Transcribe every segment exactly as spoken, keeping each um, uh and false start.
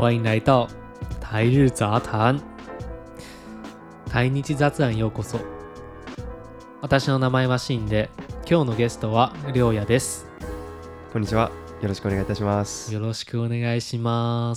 欢迎来到台日杂談。台日雑談へようこそ。私の名前はシンで、今日のゲストはりょうやです。 こんにちは，よろしくお願いいたします。 よろしくお願いします。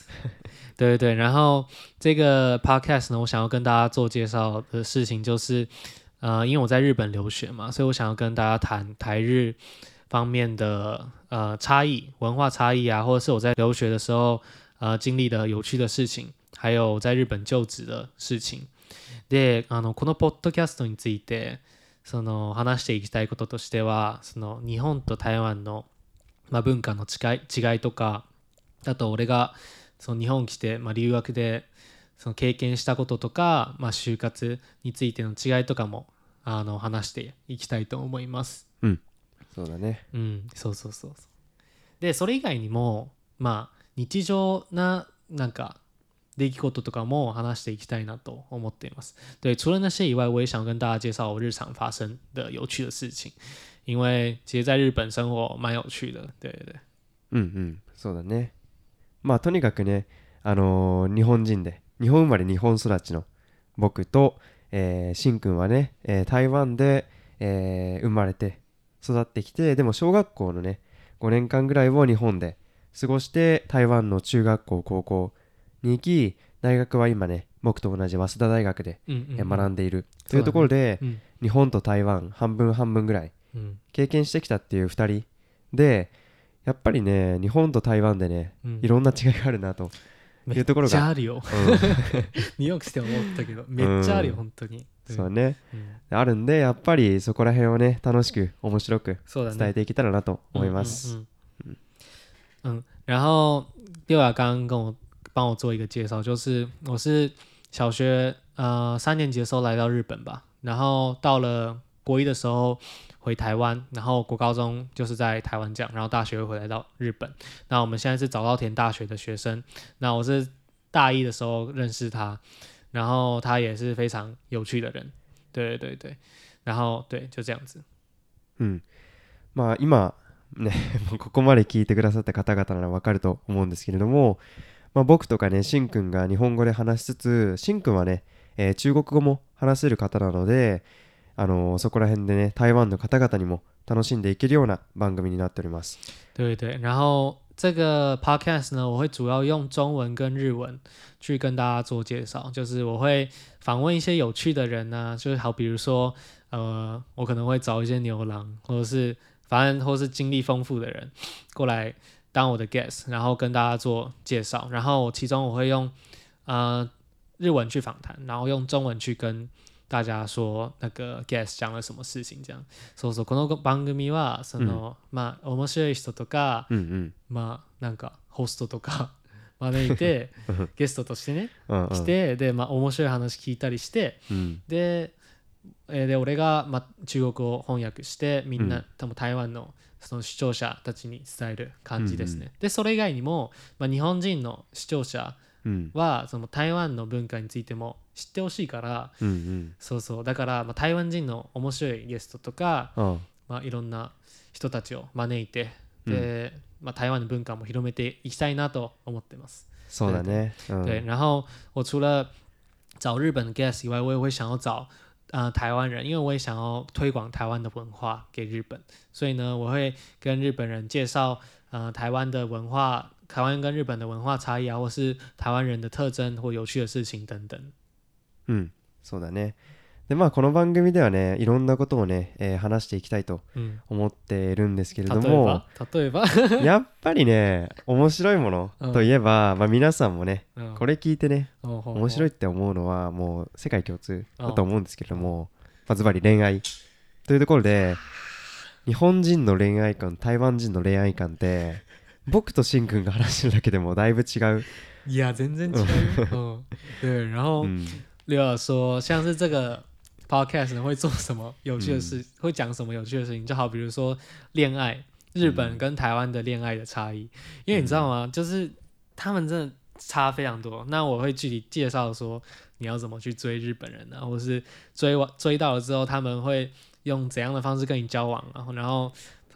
对对对，然后这个 podcast 呢，我想要跟大家做介绍的事情就是，呃，因为我在日本留学嘛，所以我想要跟大家谈台日方面的呃差异、文化差异啊，或者是我在留学的时候呃经历的有趣的事情，还有在日本就职的事情。で、あのこのポッドキャストについてその話していきたいこととしては、その日本と台湾の、まあ、文化の違い、違いとか、あと俺がその日本来て、まあ、留学でその経験したこととか、まあ、就活についての違いとかもあの話していきたいと思います。 うん、そうだね。 うん、そうそうそうそう。で、それ以外にも、まあ、日常な、なんか、出来事とかも話していきたいなと思っています。对，除了那些以外，我也想跟大家介绍我日常发生的有趣的事情，因为其实在日本生活蛮有趣的。对对对。 うんうん、そうだね。まあとにかくね、あのー、日本人で、日本生まれ日本育ちの僕と、えー、しんくんはね、えー、台湾で、えー、生まれて育ってきて、でも小学校のね、ごねんかんぐらいを日本で過ごして、台湾の中学校、高校に行き、大学は今ね、僕と同じ早稲田大学で、うんうんうん、学んでいるというところで、ね、うん、日本と台湾半分半分ぐらい経験してきたっていうふたりで、やっぱりね、日本と台湾でね、うん、いろんな違いがあるなというところがめっちゃあるよ、うん、ニューヨークして思ったけどめっちゃあるよ、うん、本当に、 うん、そうね、うん、あるんで、やっぱりそこら辺をね、楽しく面白く伝えていけたらなと思います。 嗯, 嗯, 嗯, 嗯然后六雅刚刚跟我帮我做一个介绍，就是我是小学呃三年级的时候来到日本吧，然后到了国一的时候回台湾，然后国高中就是在台湾讲，然后大学回来到日本。那我们现在是早稻田大学的学生，那我是大一的时候认识他，然后他也是非常有趣的人，对对对对，然后对就这样子。 嗯，まあ今ねここまで聞いてくださった方々ならわかると思うんですけれども、まあ、僕とかね、しんくんが日本語で話しつつ、しんくんはね、えー、中国語も話せる方なので、あのー、そこら辺でね、台湾の方々にも楽しんでいけるような番組になっております。 对对，然后这个 podcast 呢，我会主要用中文跟日文去跟大家做介绍，就是我会访问一些有趣的人啊，就是好比如说，呃，我可能会找一些牛郎，或者是反正或是经历丰富的人过来当我的 guest， 然后跟大家做介紹，然後其中我會用、呃、日文去訪談，然後用中文去跟大家說那個 guest 講了什麼事情，這樣。そうそう、この番組はその、うん、まあ面白い人とか、うんうん、まあなんかホストとか招いてゲストとしてね来て、でまあ面白い話聞いたりして、うん、でで俺が、ま、中国語を翻訳してみんな、うん、多分台湾のその視聴者たちに伝える感じですね、うんうん、でそれ以外にも、まあ、日本人の視聴者は、うん、その台湾の文化についても知ってほしいから、うんうん、そうそうだから、まあ、台湾人の面白いゲストとか、うんまあ、いろんな人たちを招いてで、うんまあ、台湾の文化も広めていきたいなと思ってます。 そうだね、 嗯、对，然后我除了找日本的 guest 以外，我也会想要找呃，台湾人，因为我也想要推广台湾的文化给日本，所以呢，我会跟日本人介绍呃台湾的文化，台湾跟日本的文化差异啊，或是台湾人的特征或有趣的事情等等。 うん、そうだね。でまあこの番組ではね、いろんなことをね、えー、話していきたいと思っているんですけれども、 例えばやっぱりね、面白いものといえば、うん、まあ皆さんもね、うん、これ聞いてね、うん、面白いって思うのはもう世界共通だと思うんですけれども、まあ、ズバリ恋愛というところで、日本人の恋愛観、台湾人の恋愛観って僕としんくんが話してるだけでもだいぶ違う。 いや全然違うよ、嗯、对，然后刘尔说像是这个podcast 呢会做什么有趣的事、嗯、会讲什么有趣的事情，就好比如说恋爱，日本跟台湾的恋爱的差异、嗯、因为你知道吗、嗯、就是他们真的差非常多，那我会具体介绍说你要怎么去追日本人啊，或是追追到了之后他们会用怎样的方式跟你交往啊，然后什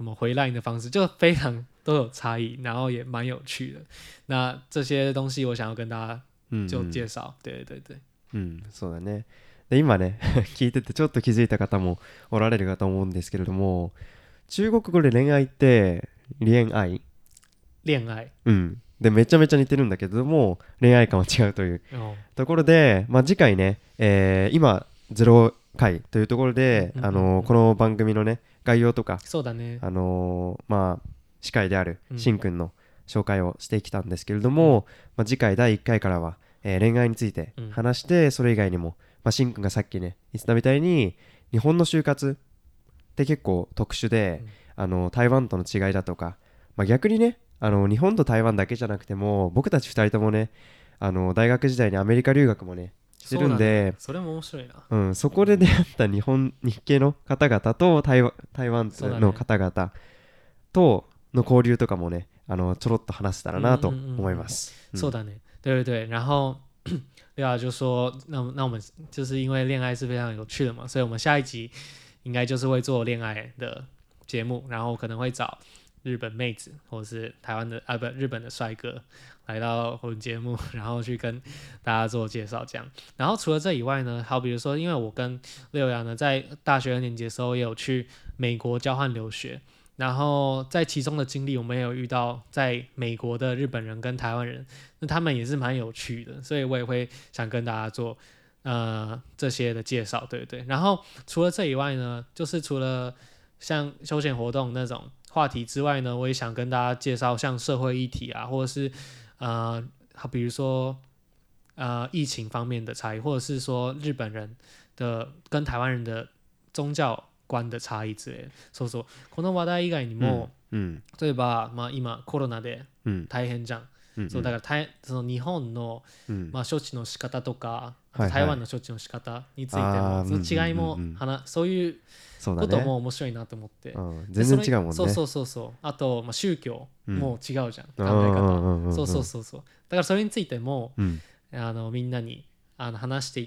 什么回 line 的方式，就非常都有差异，然后也蛮有趣的。那这些东西我想要跟大家就介紹、うんうん、对对对。 うん、そうだね。で今ね聞いててちょっと気づいた方もおられるかと思うんですけれども、中国語で恋愛って恋愛恋愛うんでめちゃめちゃ似てるんだけども恋愛感は違うというところで、まあ、次回ね、えー、今ゼロ回というところで、うんうんうん、あのー、この番組のね概要とかそうだね、 あのー、まあ司会であるしんくんの紹介をしてきたんですけれども、うんまあ、次回だいいっかいからは、えー、恋愛について話して、うん、それ以外にも、まあ、しんくんがさっきね言ってたみたいに日本の就活って結構特殊で、うん、あの台湾との違いだとか、まあ、逆にねあの日本と台湾だけじゃなくても僕たちふたりともねあの大学時代にアメリカ留学もねしてるんでそ,、ね、それも面白いな、 うん、そこで出会った日本日系の方々と台湾、台湾の方々との交流とかもねあのちょろっと話せたらなと思います。 そうだね、对对对，然后对啊，就说那那我们就是因为恋爱是非常有趣的嘛，所以我们下一集应该就是会做恋爱的节目，然后可能会找日本妹子或者是台湾的啊不日本的帅哥来到我们节目，然后去跟大家做介绍这样。然后除了这以外呢，好比如说因为我跟六阳呢在大学二年级的时候也有去美国交换留学，然后在其中的经历我们也有遇到在美国的日本人跟台湾人，那他们也是蛮有趣的，所以我也会想跟大家做呃这些的介绍，对不对？然后除了这以外呢，就是除了像休闲活动那种话题之外呢，我也想跟大家介绍像社会议题啊，或者是呃，比如说呃疫情方面的差异，或者是说日本人的跟台湾人的宗教观的差異之類で、そうそう、この話題以外にも、うん、例えば、まあ、今コロナで大変じゃん、うん、そうだから大その日本の、うんまあ、処置の仕方とか、はいはい、台湾の処置の仕方についても、その違いも、うんうんうん、そういうことも面白いなと思って、ねうん、 全然違うもんね。 そうそうそうそう。あと、まあ、宗教も違うじゃん、うん、考え方、うん、そうそうそうそう。だからそれについても、うん、あのみんなにあの話していって、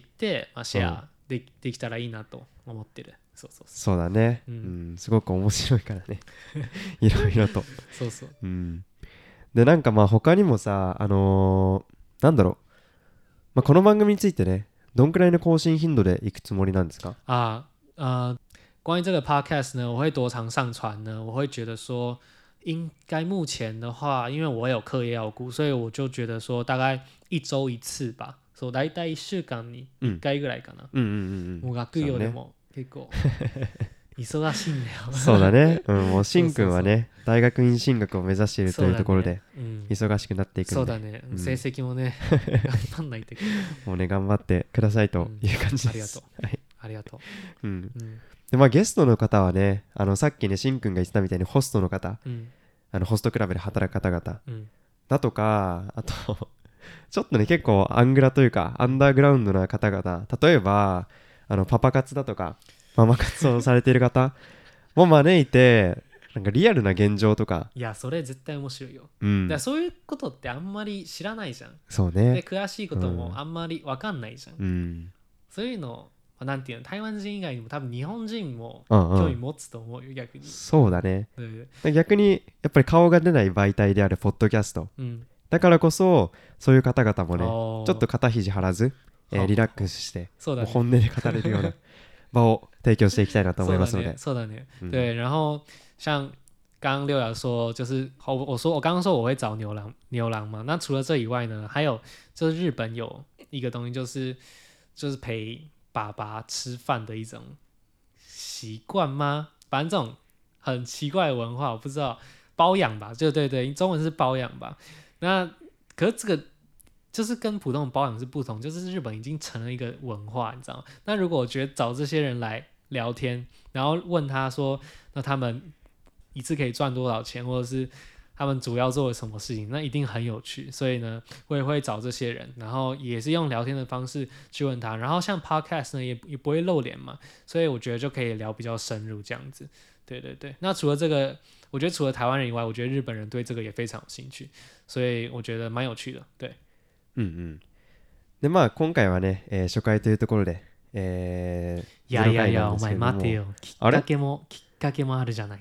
まあ、シェアで、うん、できたらいいなと思ってる。そうそうそう。 そうだね、うんうん、すごく面白いからねいろいろとそうそう、 うん、でなんかまあ他にもさあのー、なんだろう、まあ、この番組についてねどんくらいの更新頻度でいくつもりなんですか？ 啊呃关于这个 podcast 呢，我会多长上传呢？我会觉得说，应该目前的话，因为我有課業要顧，所以我就觉得说，大概一周一次吧。そう、大体一週間に一回ぐらいかな。 うんうんうんうん。 もう学業でも結構忙しいんだよ。 そうだね。うん、もうしんくんはね、大学院進学を目指しているというところで、忙しくなっていくんで。 そうだね。うん、成績もね、頑張んないといけない。 もうね、頑張ってくださいという感じです。うん、ありがとう。はい、ありがとう。 うん。うんでまあ、ゲストの方はねあのさっきねしんくんが言ってたみたいにホストの方、うん、あのホストクラブで働く方々、うん、だとかあとちょっとね結構アングラというかアンダーグラウンドな方々、例えばあのパパ活だとかママ活をされている方も招いてなんかリアルな現状とか、 いやそれ絶対面白いよ、うん、だからそういうことってあんまり知らないじゃん。 そうね。 で詳しいこともあんまり分かんないじゃん、うん、そういうのなんていうの台湾人以外にも多分日本人も興味持つと思うよ、うんうん、逆に。 そうだね、うん、逆にやっぱり顔が出ない媒体であるポッドキャスト、うん、だからこそそういう方々もねちょっと肩肘張らず、えー、リラックスしてそうだ、ね、本音で語れるような場を提供していきたいなと思いますので。 そうだね、そうだね、うん、对。然后像刚刚六瑶说就是我我说我刚刚说我会找牛郎牛郎嘛，那除了这以外呢还有就是日本有一个东西就是就是陪爸爸吃饭的一种习惯吗？反正这种很奇怪的文化我不知道，包养吧，就对对，中文是包养吧。那可是这个就是跟普通的包养是不同，就是日本已经成了一个文化，你知道吗？那如果我觉得找这些人来聊天，然后问他说那他们一次可以赚多少钱，或者是他们主要做了什么事情，那一定很有趣。所以呢我也会找这些人，然后也是用聊天的方式去问他，然后像 podcast 呢 也, 也不会露脸嘛，所以我觉得就可以聊比较深入这样子。对对对，那除了这个我觉得除了台湾人以外，我觉得日本人对这个也非常有興趣，所以我觉得蛮有趣的。对、 うんうん、でまあ今回はね、えー、初回というところで、えー、 いやいやいやお前待てよ、きっかけもきっかけもあるじゃないか。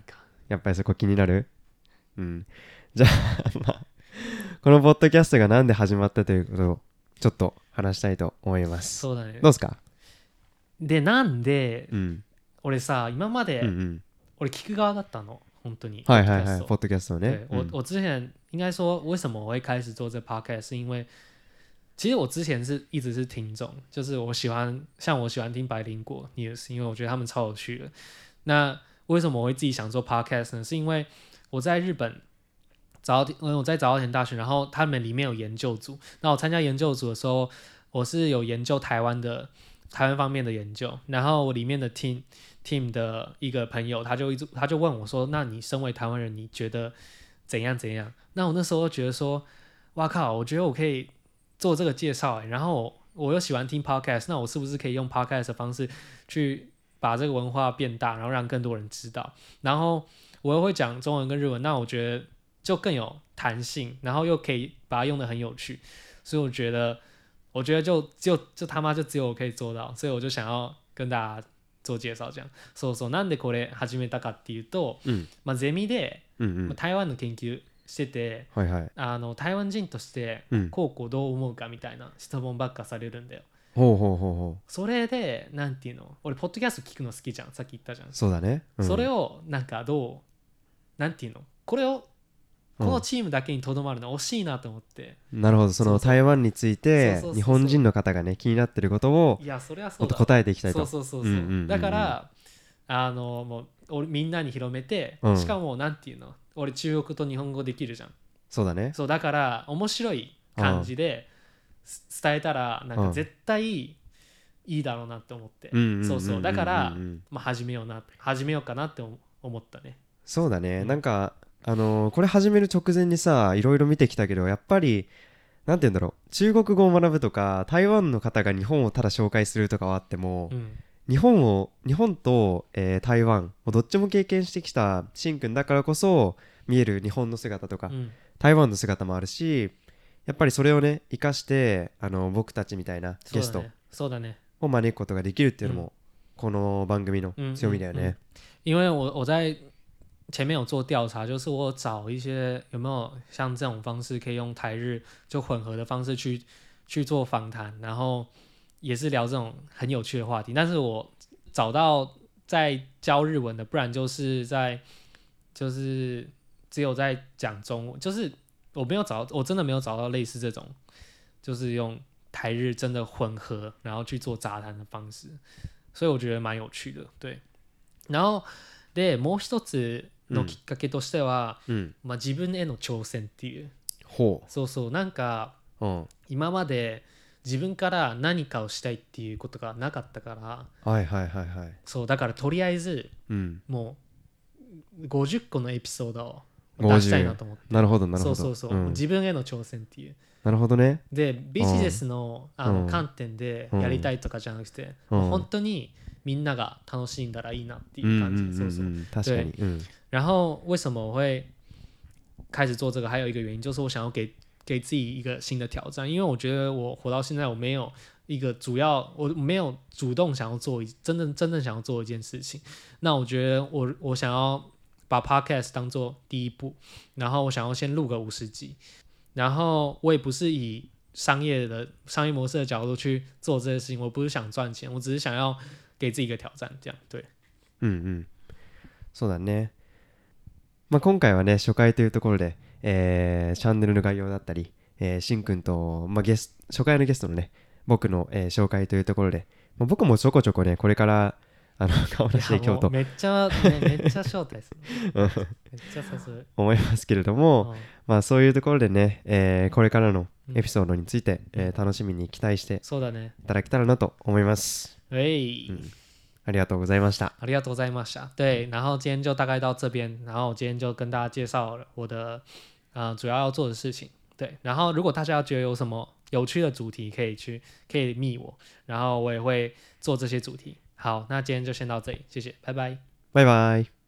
やっぱりそこ気になる。うん。じゃあ、まあ、このポッドキャストがなんで始まったということをちょっと話したいと思います。 そうだね。 どうすか？ で、なんで、 うん。 俺さ、今まで、 嗯嗯， 俺聞く側だったの，本当に。 はいはいはい、ポッドキャストね。 对，我、我之前应该说，为什么我会开始做这 podcast，是因为其实我之前是一直是听众，就是我喜欢，像我喜欢听百灵果 news，因为我觉得他们超有趣的。那为什么我会自己想做 podcast 呢？是因为我在日本早稻田，我在早稻田大学，然后他们里面有研究组。那我参加研究组的时候，我是有研究台湾的台湾方面的研究，然后我里面的 team team 的一个朋友，他就一直他就问我说：“那你身为台湾人，你觉得怎样怎样？”那我那时候就觉得说：“哇靠，我觉得我可以做这个介绍、欸，然后我我又喜欢听 podcast， 那我是不是可以用 podcast 的方式去把这个文化变大，然后让更多人知道？然后我又会讲中文跟日文，那我觉得就更有弹性，然后又可以把它用得很有趣，所以我觉得，我觉得就就就他妈就只有我可以做到，所以我就想要跟大家做介紹じゃん。そうそう。なんでこれ始めたかっていうと、うん、まあ、ゼミで、うんうん、台湾の研究してて、はいはい、あの台湾人としてこうこうどう思うかみたいな質問ばっかされるんだよ。ほうほうほうほう。それでなんていうの、俺ポッドキャスト聞くの好きじゃん、さっき言ったじゃん。 そうだね、 うん、それをなんかどうなんていうの、これをこのチームだけにとどまるの惜しいなと思って、 うん、なるほど。その台湾について日本人の方がね気になってることをもっと答えていきたいと。 そうそうそうそう、うんうんうんうん、だからあのもう俺みんなに広めて、うん、しかもなんていうの、俺中国と日本語できるじゃん。 そうだね。 そうだから面白い感じで伝えたらなんか絶対いいだろうなって思って、そうそう、だから、まあ、始めような始めようかなって思ったね。 そうだね、うん、なんかあのー、これ始める直前にさいろいろ見てきたけど、やっぱりなんて言うんだろう、中国語を学ぶとか台湾の方が日本をただ紹介するとかはあっても、うん、日本を日本と、えー、台湾をどっちも経験してきたしんくんだからこそ見える日本の姿とか、うん、台湾の姿もあるし、やっぱりそれをね生かしてあの僕たちみたいなゲストを招くことができるっていうのも、うん、この番組の強みだよね。 うんうんうん、因为我我在前面有做调查，就是我找一些有没有像这种方式可以用台日就混合的方式去去做访谈，然后也是聊这种很有趣的话题。但是我找到在教日文的，不然就是在就是只有在讲中文，就是我没有找，我真的没有找到类似这种，就是用台日真的混合，然后去做杂谈的方式，所以我觉得蛮有趣的，对。然后でもう一つのきっかけとしては、うん、まあ、自分への挑戦っていう、ほう、そうそう、なんか、うん、今まで自分から何かをしたいっていうことがなかったから、 はいはいはいはい、 そうだからとりあえず、うん、もうごじゅっこのエピソードを出したいなと思って。 なるほどなるほど。 そうそうそう、うん、自分への挑戦っていう。 なるほどね。 でビジネスの、あの観点でやりたいとかじゃなくて、うん、本当にみんなが楽しんだらいいなっていう感じ。そうそう。 確かに。嗯。 然后为什么我会开始做这个？还有一个原因就是我想要给给自己一个新的挑战，因为我觉得我活到现在，我没有一个主要，我没有主动想要做真正真正想要做一件事情。那我觉得我我想要把 podcast 当做第一步，然后我想要先录个五十集，然后我也不是以商业的商业模式的角度去做这些事情，我不是想赚钱，我只是想要给自己一个挑战，这样对。 うんうん、そうだね。まあ、今回はね初回というところで、えー、チャンネルの概要だったり、えー、しんくんと、まあ、ゲス初回のゲストのね僕の、えー、紹介というところで、まあ、僕もちょこちょこねこれからあの顔出していこうとめっちゃ、ね、めっちゃ招待するめっちゃ誘う思いますけれども、まあ、そういうところでね、えー、これからのエピソードについて、うん、えー、楽しみに期待していただけたらなと思います。 そうだね、えい、うん、 ありがとうございました。 ありがとうございました。对，然后今天就大概到这边，然后我今天就跟大家介绍了我的呃主要要做的事情。对，然后如果大家觉得有什么有趣的主题，可以去可以密我，然后我也会做这些主题。好，那今天就先到这里，谢谢，拜拜， 拜拜。